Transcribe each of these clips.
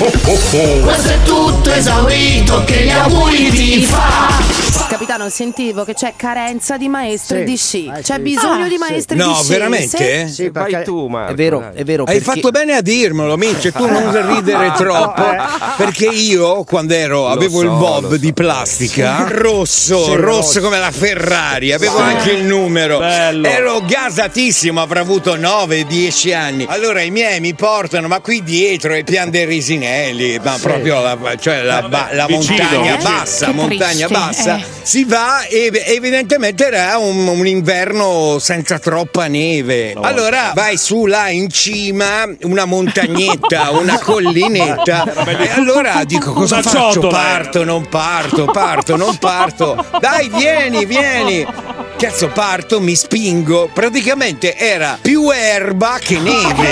Questo è tutto esaurito, che gli auguri ti fa. Capitano, sentivo che c'è carenza di maestri Sì. di sci. C'è sì. bisogno di maestri di sci. No, veramente? Sì, perché Vai tu, Marco. è vero, dai. è vero. Hai perché- fatto bene a dirmelo, Mince, tu non ridere troppo, perché io quando avevo il bob di plastica rosso come la Ferrari, avevo anche il numero, Bello. ero gasatissimo, avrò avuto 9-10 anni. Allora i miei mi portano, ma qui dietro è Pian dei Risinelli, ma proprio la Vicino, montagna vicino. bassa, Che montagna triste, bassa, si va e evidentemente era un inverno senza troppa neve. Allora vai su là in cima, una montagnetta, una collinetta, e allora dico cosa Una faccio? ciotola Parto, non parto. Dai, vieni. Cazzo, parto, mi spingo. Praticamente era più erba che neve.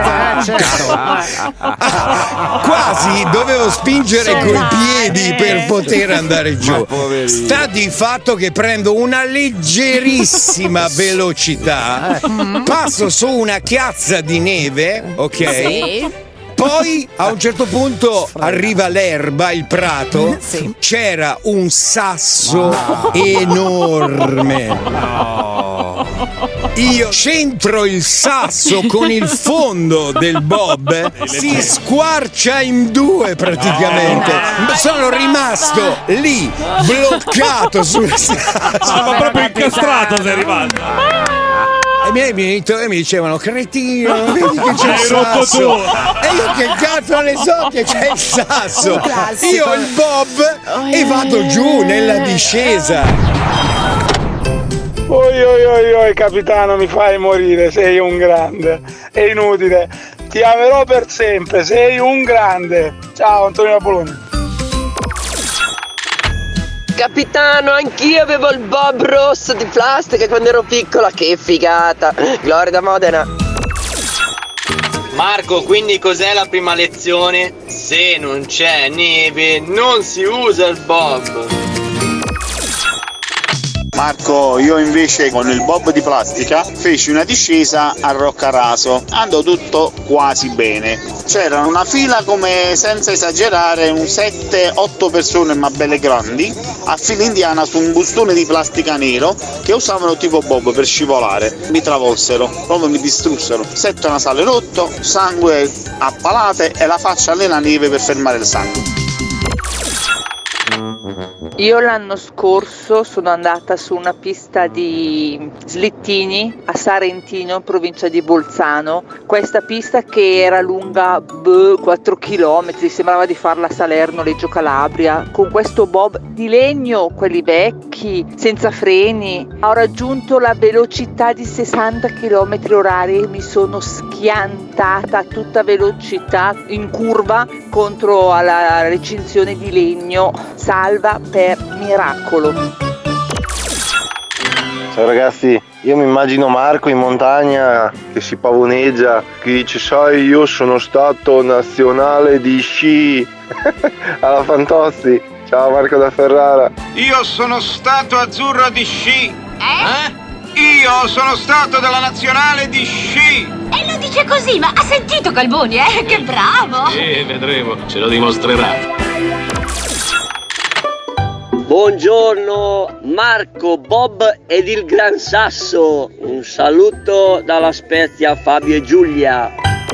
Quasi dovevo spingere coi piedi per poter andare giù. poverino. Sta di fatto che prendo una leggerissima velocità, passo su una chiazza di neve, ok? Sì. Poi a un certo punto arriva l'erba, il prato, Sì. c'era un sasso enorme. Io centro il sasso con il fondo del bob, si squarcia in due praticamente. Sono rimasto lì, bloccato sul sasso. Ma proprio incastrato sei rimasto. E i miei mi dicevano, cretino, non vedi che c'è il Hai rotto sasso? tu. E io che cazzo ne so che c'è il sasso? Un classico. Io ho il bob e vado giù nella discesa. Oi, capitano, mi fai morire, sei un grande. È inutile, ti amerò per sempre, sei un grande. Ciao, Antonio Bologna. Capitano, anch'io avevo il bob rosso di plastica quando ero piccola, che figata! Gloria da Modena! Marco, quindi cos'è la prima lezione? Se non c'è neve, non si usa il bob. Marco, io invece con il bob di plastica feci una discesa a Roccaraso, andò tutto quasi bene. C'era una fila come, senza esagerare, un 7-8 persone ma belle grandi, a fila indiana su un bustone di plastica nero che usavano tipo bob per scivolare. Mi travolsero, proprio mi distrussero. 7 nasale rotto, sangue a palate e la faccia nella neve per fermare il sangue. Io l'anno scorso sono andata su una pista di slittini a Sarentino, provincia di Bolzano. Questa pista che era lunga 4 km, sembrava di farla a Salerno-Reggio Calabria, con questo bob di legno, quelli vecchi, senza freni. Ho raggiunto la velocità di 60 km orari e mi sono schiantata a tutta velocità in curva contro alla recinzione di legno. Salva per miracolo. Ciao ragazzi, io mi immagino Marco in montagna che si pavoneggia, che dice sai io sono stato nazionale di sci alla Fantozzi. Ciao Marco da Ferrara. Io sono stato azzurro di sci. Io sono stato della nazionale di sci. E lo dice così, ma ha sentito Calboni, Che bravo! Vedremo, ce lo dimostrerà. Buongiorno Marco, Bob ed il Gran Sasso. Un saluto dalla Spezia, Fabio e Giulia.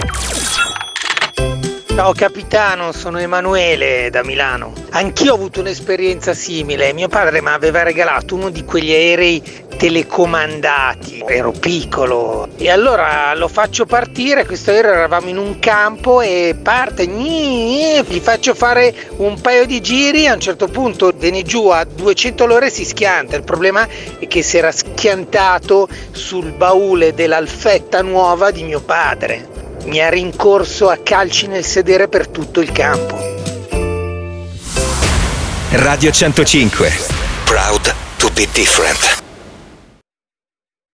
Ciao capitano, sono Emanuele da Milano. Anch'io ho avuto un'esperienza simile. Mio padre mi aveva regalato uno di quegli aerei telecomandati. Ero piccolo e allora lo faccio partire. Questo aereo, eravamo in un campo e parte. Gli faccio fare un paio di giri. A un certo punto viene giù a 200 all'ora e si schianta. Il problema è che si era schiantato sul baule dell'Alfetta nuova di mio padre. Mi ha rincorso a calci nel sedere per tutto il campo. Radio 105. Proud to be different.